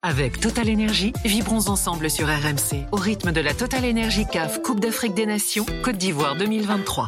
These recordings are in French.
Avec Total Énergie, vibrons ensemble sur RMC au rythme de la Total Énergie CAF Coupe d'Afrique des Nations Côte d'Ivoire 2023.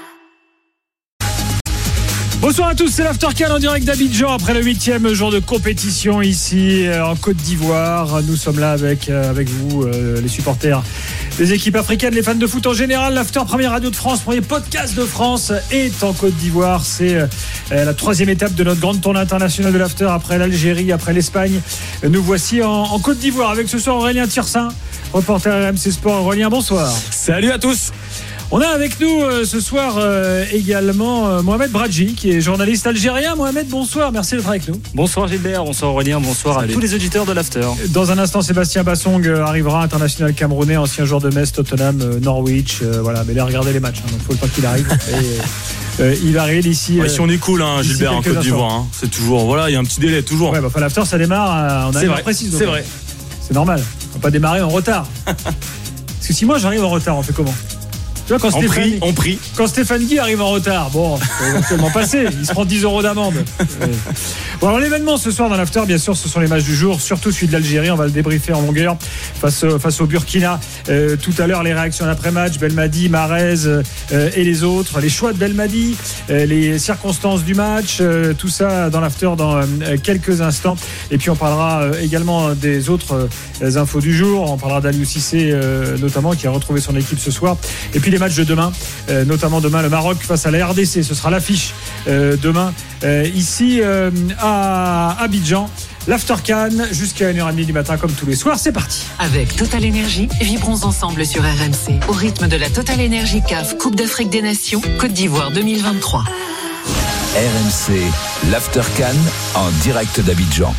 Bonsoir à tous, c'est l'Aftercan en direct d'Abidjan après le 8e jour de compétition ici en Côte d'Ivoire. Nous sommes là avec vous, les supporters des équipes africaines, les fans de foot en général. L'After, première radio de France, premier podcast de France, est en Côte d'Ivoire. C'est la 3e étape de notre grande tournée internationale de l'After après l'Algérie, après l'Espagne. Nous voici en Côte d'Ivoire avec ce soir Aurélien Tiersin, reporter RMC Sport. Aurélien, bonsoir. Salut à tous. On a avec nous ce soir également Mohamed Bradji, qui est journaliste algérien. Mohamed, bonsoir, merci d'être avec nous. Bonsoir Gilbert, bonsoir Aurélien, bonsoir à tous les auditeurs de l'After. Dans un instant, Sébastien Bassong arrivera, international camerounais, ancien joueur de Metz, Tottenham, Norwich. Voilà, mais il a regardé les matchs, donc il faut le temps qu'il arrive. Il arrive ici. Si on est cool, Gilbert, en Côte d'Ivoire. C'est toujours, voilà, il y a un petit délai, toujours. Ouais, l'After, ça démarre, on a une heure précise. C'est vrai. C'est normal, on va pas démarrer en retard. Parce que si moi j'arrive en retard, on fait comment ? Tu vois, quand Stéphane Guy arrive en retard, bon, c'est éventuellement passé, il se prend 10 € d'amende. Bon, alors l'événement ce soir dans l'After, bien sûr, ce sont les matchs du jour, surtout celui de l'Algérie. On va le débriefer en longueur face au Burkina. Tout à l'heure, les réactions d'après-match, Belmadi, Mahrez et les autres, les choix de Belmadi, les circonstances du match, tout ça dans l'After dans quelques instants. Et puis on parlera également des autres infos du jour. On parlera d'Aliou Cissé notamment, qui a retrouvé son équipe ce soir. Et puis les matchs de demain, notamment demain le Maroc face à la RDC, ce sera l'affiche demain ici à Abidjan. L'Aftercan jusqu'à 1h30 du matin comme tous les soirs, c'est parti. Avec Total Énergie, vibrons ensemble sur RMC au rythme de la Total Énergie CAF Coupe d'Afrique des Nations Côte d'Ivoire 2023. RMC, l'Aftercan en direct d'Abidjan.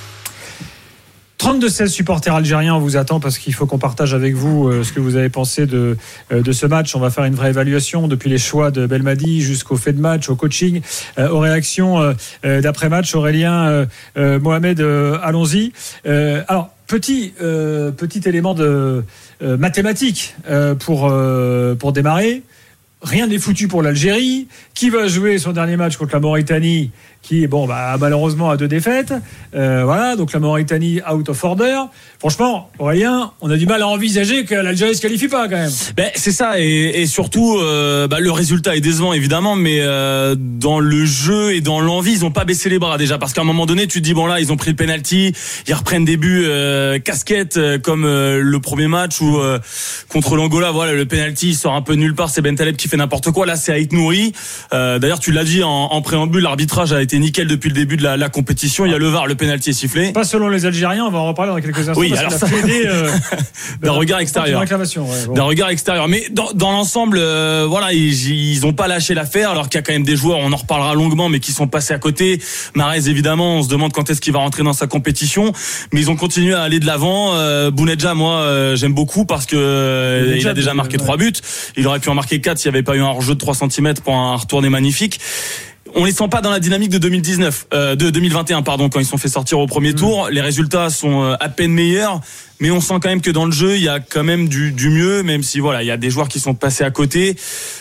32-16 supporters algériens, on vous attend parce qu'il faut qu'on partage avec vous ce que vous avez pensé de ce match. On va faire une vraie évaluation depuis les choix de Belmadi jusqu'au fait de match, au coaching, aux réactions d'après-match. Aurélien, Mohamed, allons-y. Alors, petit élément de mathématique pour démarrer. Rien n'est foutu pour l'Algérie, qui va jouer son dernier match contre la Mauritanie, qui est malheureusement à 2 défaites. Voilà, donc la Mauritanie out of order. Franchement, Aurélien, on a du mal à envisager que l'Algérie se qualifie pas quand même. C'est ça, et surtout le résultat est décevant évidemment, mais dans le jeu et dans l'envie, ils ont pas baissé les bras déjà, parce qu'à un moment donné, tu te dis bon là, ils ont pris le penalty, ils reprennent des buts casquettes comme le premier match où contre l'Angola, voilà, le penalty sort un peu nulle part, c'est Ben Taleb qui fait n'importe quoi. Là, c'est Aït Nouri. D'ailleurs, tu l'as dit en préambule, l'arbitrage a été nickel depuis le début de la compétition. Il y a le VAR, le penalty est sifflé. Pas selon les Algériens, on va en reparler dans quelques instants. Oui, alors ça d'un regard extérieur. D'un regard extérieur. Mais dans l'ensemble, voilà, ils ont pas lâché l'affaire, alors qu'il y a quand même des joueurs, on en reparlera longuement, mais qui sont passés à côté. Mahrez, évidemment, on se demande quand est-ce qu'il va rentrer dans sa compétition. Mais ils ont continué à aller de l'avant. Bounedjah, moi, j'aime beaucoup parce que il a déjà marqué 3 buts. Il aurait pu en marquer 4 s'il n'y avait pas eu un hors-jeu de 3 cm pour un retourné magnifique. On les sent pas dans la dynamique de 2021, quand ils sont fait sortir au premier tour. Les résultats sont à peine meilleurs, mais on sent quand même que dans le jeu, il y a quand même du mieux, même si voilà, il y a des joueurs qui sont passés à côté.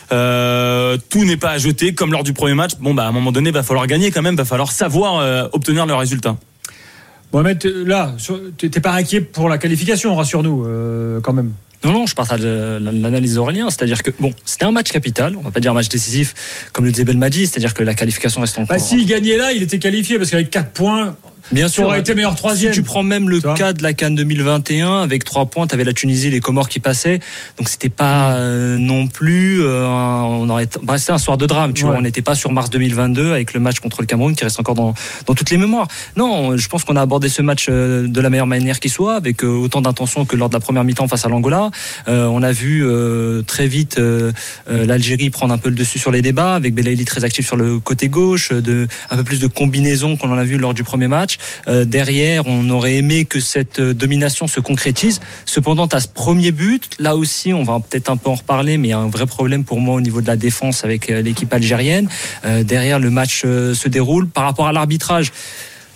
Tout n'est pas à jeter, comme lors du premier match. À un moment donné, va falloir gagner quand même, va falloir savoir obtenir le résultat. Mohamed, là, t'es pas inquiet pour la qualification, rassure-nous, quand même. Non, je partage l'analyse d'Aurélien, c'est-à-dire que c'était un match capital, on va pas dire un match décisif comme le disait Belmadi, c'est-à-dire que la qualification reste encore. S'il gagnait là, il était qualifié parce qu'avec 4 points. Bien sûr, aurait été meilleur troisième. Si tu prends même le cas de la CAN 2021, avec 3 points, t'avais la Tunisie, les Comores qui passaient, donc c'était pas non plus, c'était un soir de drame, tu vois, on n'était pas sur mars 2022 avec le match contre le Cameroun qui reste encore dans toutes les mémoires. Non, je pense qu'on a abordé ce match de la meilleure manière qui soit, avec autant d'intention que lors de la première mi-temps face à l'Angola. On a vu très vite l'Algérie prendre un peu le dessus sur les débats, avec Belaïli très actif sur le côté gauche, un peu plus de combinaison qu'on en a vu lors du premier match. Derrière, on aurait aimé que cette domination se concrétise. Cependant, à ce premier but, là aussi, on va peut-être un peu en reparler, mais il y a un vrai problème pour moi au niveau de la défense avec l'équipe algérienne. Derrière, le match se déroule. Par rapport à l'arbitrage,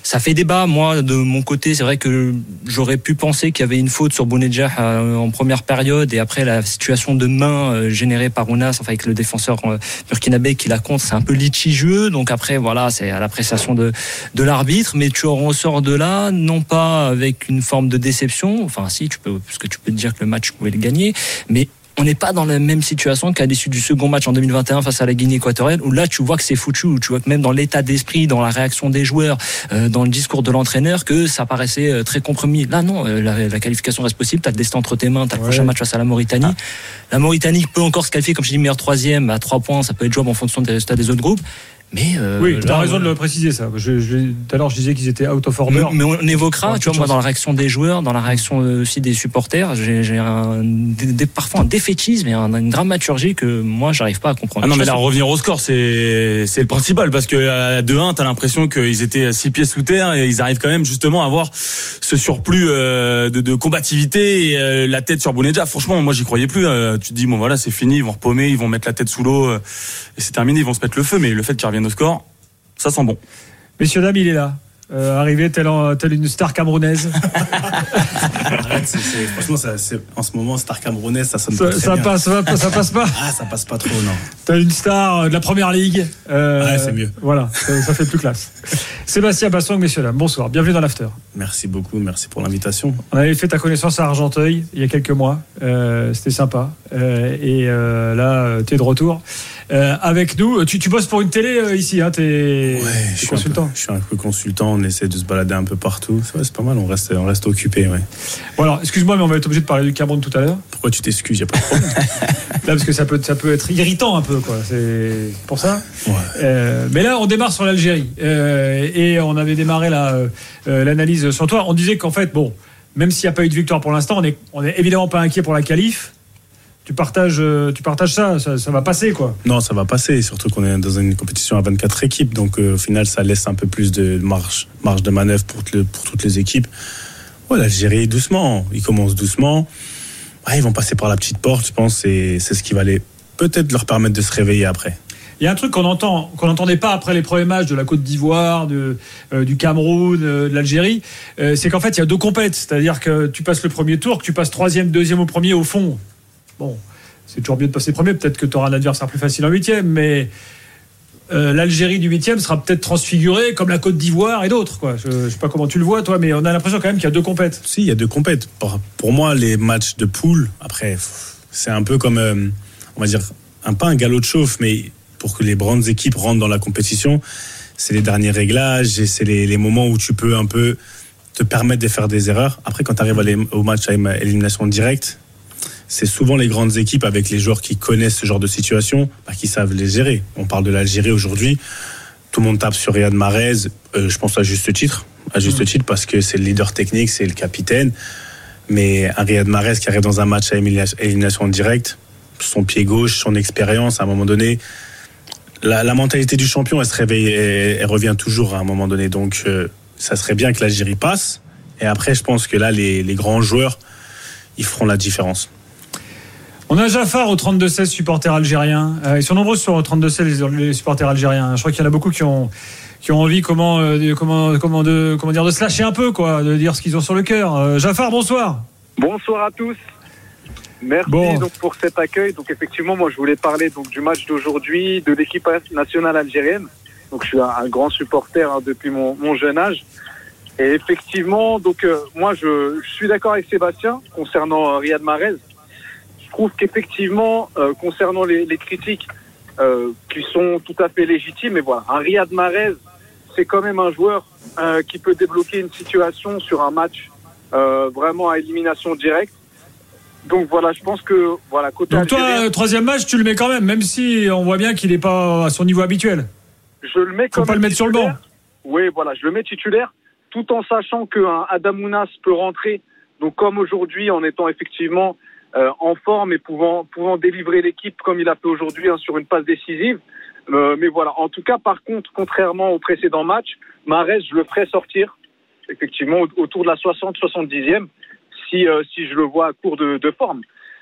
Ça fait débat. Moi, de mon côté, c'est vrai que j'aurais pu penser qu'il y avait une faute sur Bounedjah en première période, et après la situation de main générée par Ounas, enfin avec le défenseur burkinabé qui la compte, c'est un peu litigieux. Donc après, voilà, c'est à l'appréciation de l'arbitre. Mais tu en ressors de là, non pas avec une forme de déception. Enfin, si parce que tu peux te dire que le match, tu pouvais le gagner, mais on n'est pas dans la même situation qu'à l'issue du second match en 2021 face à la Guinée équatoriale, où là tu vois que c'est foutu, où tu vois que même dans l'état d'esprit, dans la réaction des joueurs, dans le discours de l'entraîneur, que ça paraissait très compromis. Là non, la qualification reste possible, t'as le destin entre tes mains, t'as le prochain match face à la Mauritanie. La Mauritanie peut encore se qualifier, comme je dis, meilleur troisième à 3 points, ça peut être jouable en fonction des résultats des autres groupes. Mais oui, tu as raison de le préciser, ça. Tout à l'heure, je disais qu'ils étaient out of order. Mais on évoquera, tu vois, moi, dans la réaction des joueurs, dans la réaction aussi des supporters, j'ai parfois un défaitisme et une dramaturgie que moi, j'arrive pas à comprendre. Ah non, mais là, revenir au score, c'est le principal, parce que à 2-1, t'as l'impression qu'ils étaient 6 pieds sous terre et ils arrivent quand même justement à avoir ce surplus de combativité et la tête sur Bounedjah. Franchement, moi, j'y croyais plus. Tu te dis, bon, voilà, c'est fini, ils vont repaumer, ils vont mettre la tête sous l'eau et c'est terminé, ils vont se mettre le feu, mais le fait qu'ils reviennent au score, ça sent bon. Messieurs, dames, il est là. Arrivé telle une star camerounaise. Arrête, franchement, en ce moment, star camerounaise, ça sonne pas très bien. Ça passe pas. Ah, ça passe pas trop, non. T'as une star de la première ligue. Ouais, c'est mieux. Voilà, ça fait plus classe. Sébastien Bassong, messieurs, dames, bonsoir. Bienvenue dans l'After. Merci beaucoup, merci pour l'invitation. On avait fait ta connaissance à Argenteuil il y a quelques mois. C'était sympa. Et là, t'es de retour. Avec nous, tu bosses pour une télé ici, hein, t'es consultant. Je suis un peu consultant, on essaie de se balader un peu partout. C'est pas mal, on reste occupé. Ouais. Bon alors, excuse-moi, mais on va être obligé de parler du Cameroun tout à l'heure. Pourquoi tu t'excuses, y a pas de problème. Là, parce que ça peut être irritant un peu, quoi. C'est pour ça. Ouais. Mais là, on démarre sur l'Algérie et on avait démarré l'analyse sur toi. On disait qu'en fait, bon, même s'il n'y a pas eu de victoire pour l'instant, on est évidemment pas inquiet pour la qualif. Tu partages ça va passer, quoi. Non, ça va passer, surtout qu'on est dans une compétition à 24 équipes, donc au final ça laisse un peu plus de marge de manœuvre pour toutes les équipes. Ouais, l'Algérie, doucement, ils commencent doucement. Ils vont passer par la petite porte, je pense, et c'est ce qui va peut-être leur permettre de se réveiller après. Il y a un truc qu'on n'entendait pas après les premiers matchs de la Côte d'Ivoire, du Cameroun, de l'Algérie, c'est qu'en fait il y a 2 compètes, c'est-à-dire que tu passes le premier tour, que tu passes 3e, 2e au premier au fond. Bon, c'est toujours mieux de passer premier. Peut-être que tu auras un adversaire plus facile en 8e, mais l'Algérie du 8e sera peut-être transfigurée comme la Côte d'Ivoire et d'autres, quoi. Je ne sais pas comment tu le vois, toi, mais on a l'impression quand même qu'il y a 2 compètes. Si, il y a 2 compètes. Pour moi, les matchs de poule, après, c'est un peu comme, on va dire, pas un galop de chauffe, mais pour que les grandes équipes rentrent dans la compétition, c'est les derniers réglages et c'est les moments où tu peux un peu te permettre de faire des erreurs. Après, quand tu arrives au match à élimination directe, c'est souvent les grandes équipes avec les joueurs qui connaissent ce genre de situation, qui savent les gérer. On parle de l'Algérie aujourd'hui. Tout le monde tape sur Riyad Mahrez, je pense à juste titre parce que c'est le leader technique, c'est le capitaine. Mais un Riyad Mahrez qui arrive dans un match à élimination directe, son pied gauche, son expérience, à un moment donné, la mentalité du champion, elle se réveille, elle revient toujours à un moment donné. Donc, ça serait bien que l'Algérie passe. Et après, je pense que là, les grands joueurs, ils feront la différence. On a Jafar au 32-16, supporters algériens. Ils sont nombreux sur 32-16, les supporters algériens. Je crois qu'il y en a beaucoup qui ont envie de se lâcher un peu, quoi, de dire ce qu'ils ont sur le cœur. Jafar, bonsoir. Bonsoir à tous. Merci donc pour cet accueil. Donc effectivement, moi je voulais parler donc du match d'aujourd'hui, de l'équipe nationale algérienne. Donc je suis un grand supporter depuis mon jeune âge. Et effectivement, donc moi je suis d'accord avec Sébastien concernant Riyad Mahrez. Je trouve qu'effectivement, concernant les critiques qui sont tout à fait légitimes, mais voilà, un Riyad Mahrez, c'est quand même un joueur qui peut débloquer une situation sur un match vraiment à élimination directe. Donc voilà, je pense que côté donc algérien, toi, 3e match, tu le mets quand même si on voit bien qu'il n'est pas à son niveau habituel. Je le mets quand même. Faut pas le mettre sur le banc. Oui, voilà, je le mets titulaire, tout en sachant qu'un Adam Ounas peut rentrer. Donc comme aujourd'hui, en étant effectivement en forme et pouvant délivrer l'équipe comme il a fait aujourd'hui sur une passe décisive. Mais voilà, en tout cas, par contre, contrairement au précédent match, Mahrez, je le ferai sortir, effectivement, autour de la 60-70e, si je le vois à court de forme.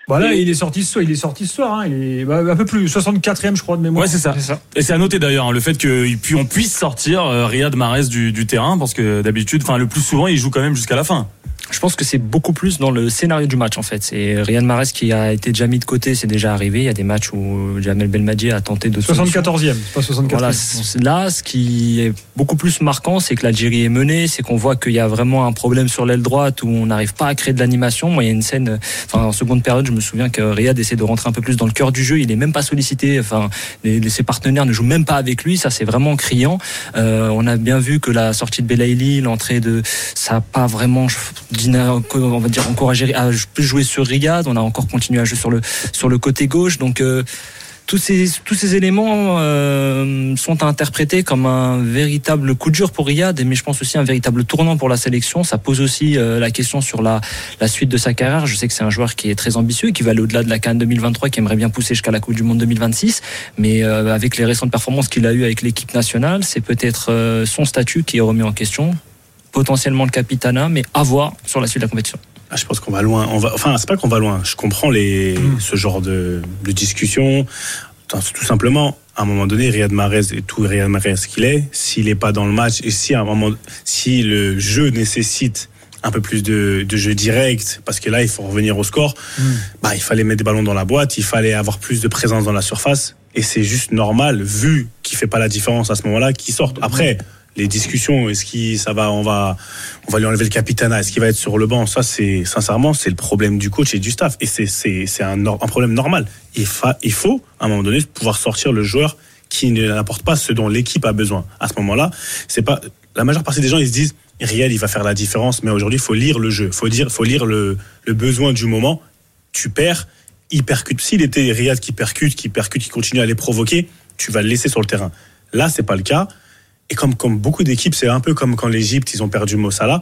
Voilà, il est sorti ce soir. Hein. Il est un peu plus 64e, je crois, de mémoire. Ouais, c'est ça. Et c'est à noter d'ailleurs le fait qu'on puisse sortir Riyad Mahrez du terrain, parce que d'habitude, le plus souvent, il joue quand même jusqu'à la fin. Je pense que c'est beaucoup plus dans le scénario du match en fait. C'est Riyad Mahrez qui a été déjà mis de côté, c'est déjà arrivé. Il y a des matchs où Jamel Belmadi a tenté de 74e, pas 64e. Voilà, là, ce qui est beaucoup plus marquant, c'est que l'Algérie est menée, c'est qu'on voit qu'il y a vraiment un problème sur l'aile droite où on n'arrive pas à créer de l'animation. Moi, il y a une scène, en seconde période, je me souviens que Riyad essaie de rentrer un peu plus dans le cœur du jeu. Il est même pas sollicité. Ses partenaires ne jouent même pas avec lui. Ça, c'est vraiment criant. On a bien vu que la sortie de Belaïli, l'entrée ça n'a pas vraiment on va dire encouragé à plus jouer sur Riyad. On a encore continué à jouer sur le côté gauche. Donc tous ces éléments sont interprétés comme un véritable coup de dur pour Riyad, mais je pense aussi un véritable tournant pour la sélection. Ça pose aussi la question sur la suite de sa carrière. Je sais que c'est un joueur qui est très ambitieux, qui va aller au-delà de la CAN 2023, qui aimerait bien pousser jusqu'à la Coupe du Monde 2026. Mais avec les récentes performances qu'il a eues avec l'équipe nationale, c'est peut-être son statut qui est remis en question. Potentiellement le capitanat, mais à voir sur la suite de la compétition. Je pense qu'on va loin. C'est pas qu'on va loin. Je comprends ce genre de discussion. Tout simplement, à un moment donné, Riyad Mahrez est tout Riyad Mahrez qu'il est. S'il n'est pas dans le match et si le jeu nécessite un peu plus de jeu direct, parce que là, il faut revenir au score, il fallait mettre des ballons dans la boîte, il fallait avoir plus de présence dans la surface. Et c'est juste normal, vu qu'il fait pas la différence à ce moment-là, qu'il sorte. Après, les discussions, on va lui enlever le capitanat, est-ce qu'il va être sur le banc, ça sincèrement c'est le problème du coach et du staff, et c'est un problème normal. Il faut à un moment donné pouvoir sortir le joueur qui n'apporte pas ce dont l'équipe a besoin. À ce moment-là, c'est pas la majeure partie des gens, ils se disent Riyad il va faire la différence, mais aujourd'hui il faut lire le jeu, faut lire le besoin du moment. Tu perds, il percute. S'il était Riyad qui percute, qui continue à les provoquer, tu vas le laisser sur le terrain. Là c'est pas le cas. Et comme beaucoup d'équipes, c'est un peu comme quand l'Égypte, ils ont perdu Mo Salah,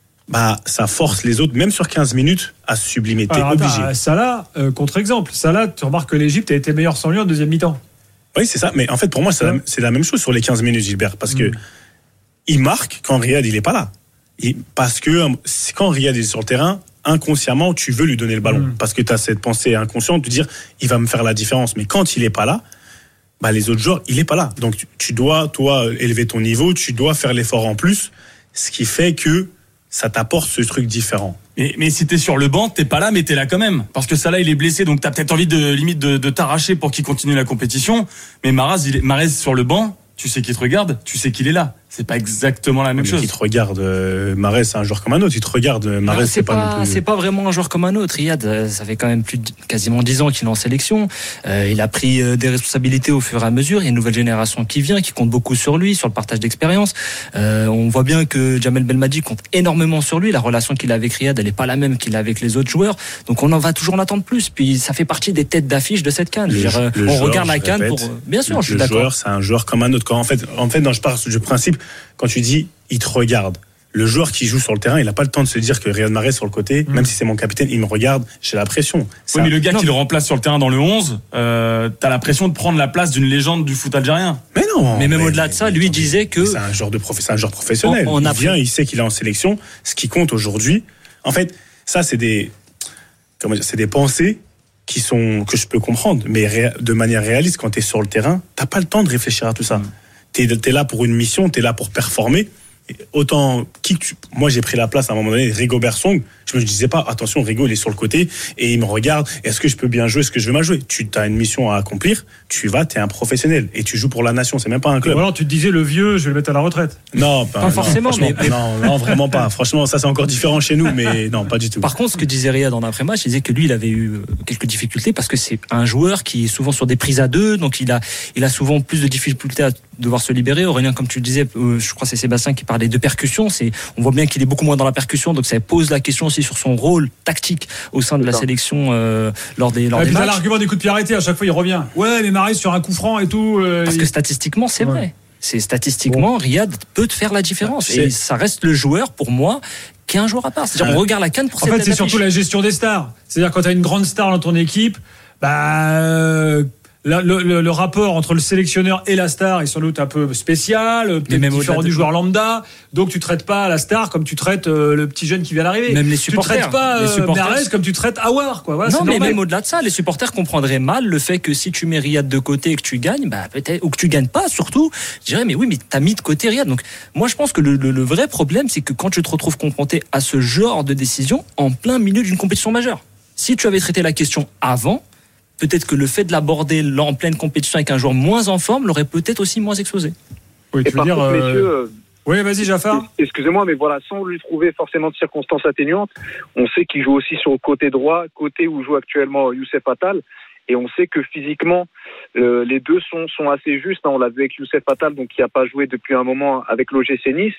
ça force les autres, même sur 15 minutes, à se sublimer. T'es obligé. Salah, contre-exemple. Salah, tu remarques que l'Égypte a été meilleure sans lui en deuxième mi-temps. Oui, c'est ça. Mais en fait, pour moi, c'est la même chose sur les 15 minutes, Gilbert. Parce que il marque quand Riyad, il n'est pas là. Parce que quand Riyad est sur le terrain, inconsciemment, tu veux lui donner le ballon. Parce que tu as cette pensée inconsciente de dire, il va me faire la différence. Mais quand il n'est pas là, les autres joueurs, il n'est pas là. Donc, tu dois, toi, élever ton niveau, tu dois faire l'effort en plus, ce qui fait que ça t'apporte ce truc différent. Mais si t'es sur le banc, t'es pas là, mais t'es là quand même. Parce que Salah, il est blessé, donc t'as peut-être envie de t'arracher pour qu'il continue la compétition. Mais Mahrez sur le banc, tu sais qu'il te regarde, tu sais qu'il est là. C'est pas exactement la même chose. Il te regarde, Mahrez, c'est un joueur comme un autre. Il te regarde, Mahrez, c'est pas vraiment un joueur comme un autre. Riyad, ça fait quand même quasiment 10 ans qu'il est en sélection. Il a pris des responsabilités au fur et à mesure. Il y a une nouvelle génération qui vient, qui compte beaucoup sur lui, sur le partage d'expérience. On voit bien que Jamel Belmadi compte énormément sur lui. La relation qu'il a avec Riyad, elle n'est pas la même qu'il a avec les autres joueurs. Donc on en va toujours en attendre plus. Puis ça fait partie des têtes d'affiche de cette CAN. On regarde la CAN pour. Bien sûr, je suis d'accord. Le joueur, c'est un joueur comme un autre. En fait, je pars du principe. Quand tu dis, il te regarde, le joueur qui joue sur le terrain, il n'a pas le temps de se dire que Riyad Mahrez sur le côté, même si c'est mon capitaine, il me regarde, j'ai la pression. Oui, mais le gars qui le remplace sur le terrain dans le 11, t'as la pression de prendre la place d'une légende du foot algérien. Mais non. Mais même au-delà de ça, lui disait que c'est un joueur professionnel. Il sait qu'il est en sélection. Ce qui compte aujourd'hui, en fait, ça c'est des pensées que je peux comprendre, mais de manière réaliste, quand t'es sur le terrain, t'as pas le temps de réfléchir à tout ça. T'es là pour une mission, t'es là pour performer. Moi j'ai pris la place à un moment donné, Rigobert Song, je me disais pas, attention, Rigo il est sur le côté et il me regarde, est-ce que je peux bien jouer, est-ce que je vais mal jouer? Tu as une mission à accomplir, tu vas, t'es un professionnel et tu joues pour la nation, c'est même pas un club. Ou alors tu te disais, le vieux, je vais le mettre à la retraite. Non, pas forcément. Non, vraiment pas. Franchement, ça c'est encore différent chez nous, mais non, pas du tout. Par contre, ce que disait Riyad en après-match, il disait que lui, il avait eu quelques difficultés parce que c'est un joueur qui est souvent sur des prises à deux, donc il a souvent plus de difficultés à devoir se libérer. Aurélien, comme tu le disais, je crois que c'est Sébastien qui parlait de percussion. On voit bien qu'il est beaucoup moins dans la percussion, donc ça pose la question aussi sur son rôle tactique au sein de la sélection lors des matchs. T'as l'argument des coups de pied arrêtés, à chaque fois il revient. Ouais, mais Mahrez sur un coup franc et tout. Parce que statistiquement, c'est vrai. C'est statistiquement, Riyad peut te faire la différence. Et ça reste le joueur, pour moi, qui est un joueur à part. C'est-à-dire, on regarde la CAN pour cette c'est surtout la gestion des stars. C'est-à-dire, quand tu as une grande star dans ton équipe, le rapport entre le sélectionneur et la star est sans doute un peu spécial, peut-être différent du joueur lambda. Donc tu traites pas la star comme tu traites le petit jeune qui vient d'arriver. Même les supporters. Tu traites pas Mahrez comme tu traites Aouar, quoi. Voilà, non, mais normal. même au-delà de ça, les supporters comprendraient mal le fait que si tu mets Riyad de côté et que tu gagnes, peut-être, ou que tu gagnes pas, surtout, je dirais, mais oui, mais t'as mis de côté Riyad. Donc, moi, je pense que le vrai problème, c'est que quand tu te retrouves confronté à ce genre de décision en plein milieu d'une compétition majeure. Si tu avais traité la question avant, peut-être que le fait de l'aborder en pleine compétition avec un joueur moins en forme l'aurait peut-être aussi moins explosé. Oui, tu veux dire, messieurs, oui, vas-y, Jafar. Excusez-moi, mais voilà, sans lui trouver forcément de circonstances atténuantes, on sait qu'il joue aussi sur le côté droit, côté où joue actuellement Youssef Attal, et on sait que physiquement, les deux sont assez justes. On l'a vu avec Youssef Attal, donc qui n'a pas joué depuis un moment avec l'OGC Nice,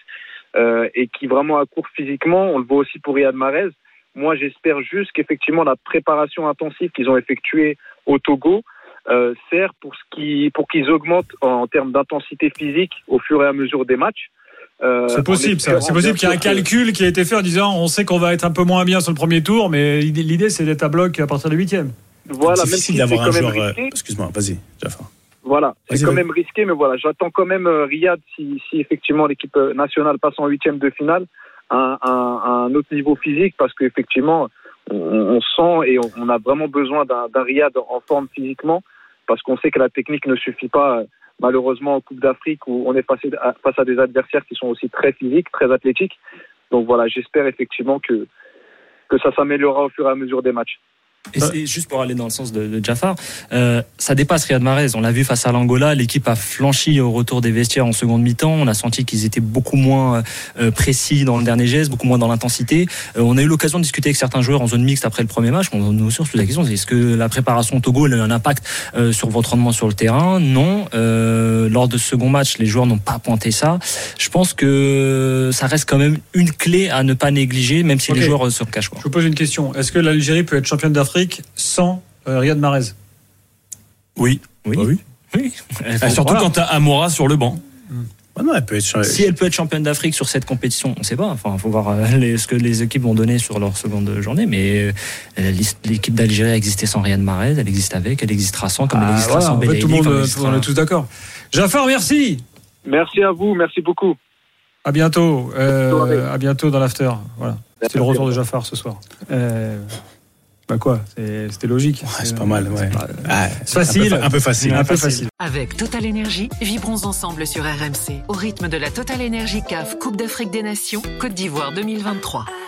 et qui vraiment accourt physiquement. On le voit aussi pour Riyad Mahrez. Moi, j'espère juste qu'effectivement la préparation intensive qu'ils ont effectuée au Togo sert pour qu'ils augmentent en termes d'intensité physique au fur et à mesure des matchs. C'est possible, ça. C'est possible qu'il y ait un calcul qui a été fait en disant on sait qu'on va être un peu moins bien sur le premier tour, mais l'idée c'est d'être à bloc à partir du 8e. Voilà, c'est difficile d'avoir un joueur. Excuse-moi, vas-y, Jafar. Voilà, c'est quand même risqué, mais voilà, j'attends quand même Riyad si effectivement l'équipe nationale passe en 8e de finale à un autre niveau physique, parce qu'effectivement on sent et on a vraiment besoin d'un Riyad en forme physiquement, parce qu'on sait que la technique ne suffit pas. Malheureusement en Coupe d'Afrique où on est face à des adversaires qui sont aussi très physiques, très athlétiques. Donc voilà, j'espère effectivement que ça s'améliorera au fur et à mesure des matchs. Et c'est juste pour aller dans le sens de Jafar, ça dépasse Riyad Mahrez. On l'a vu face à l'Angola, l'équipe a flanchi au retour des vestiaires en seconde mi-temps. On a senti qu'ils étaient beaucoup moins précis dans le dernier geste, beaucoup moins dans l'intensité. On a eu l'occasion de discuter avec certains joueurs en zone mixte après le premier match. On nous aussi pose la question, est-ce que la préparation au Togo a eu un impact sur votre rendement sur le terrain? Non. Lors de ce second match, les joueurs n'ont pas pointé ça. Je pense que ça reste quand même une clé à ne pas négliger, même si les joueurs se cachent. Je vous pose une question. Est-ce que l'Algérie peut être championne d'Afrique sans Riyad Mahrez? Oui. Surtout quand t'as Amoura sur le banc. Non, elle peut être... Si elle peut être championne d'Afrique sur cette compétition, on ne sait pas. Enfin, faut voir ce que les équipes vont donner sur leur seconde journée. Mais l'équipe d'Algérie a existé sans Riyad Mahrez, elle existe avec, elle existera sans, comme elle existera sans Belaïli. Tout le monde, on est tous d'accord. Jafar, merci. Merci à vous, merci beaucoup. À bientôt. À bientôt dans l'after. Voilà. C'était le retour de Jafar ce soir. C'était logique. Ouais, c'est pas mal, ouais. C'est facile. Un peu facile. Avec Total Énergie, vibrons ensemble sur RMC au rythme de la Total Énergie CAF Coupe d'Afrique des Nations Côte d'Ivoire 2023.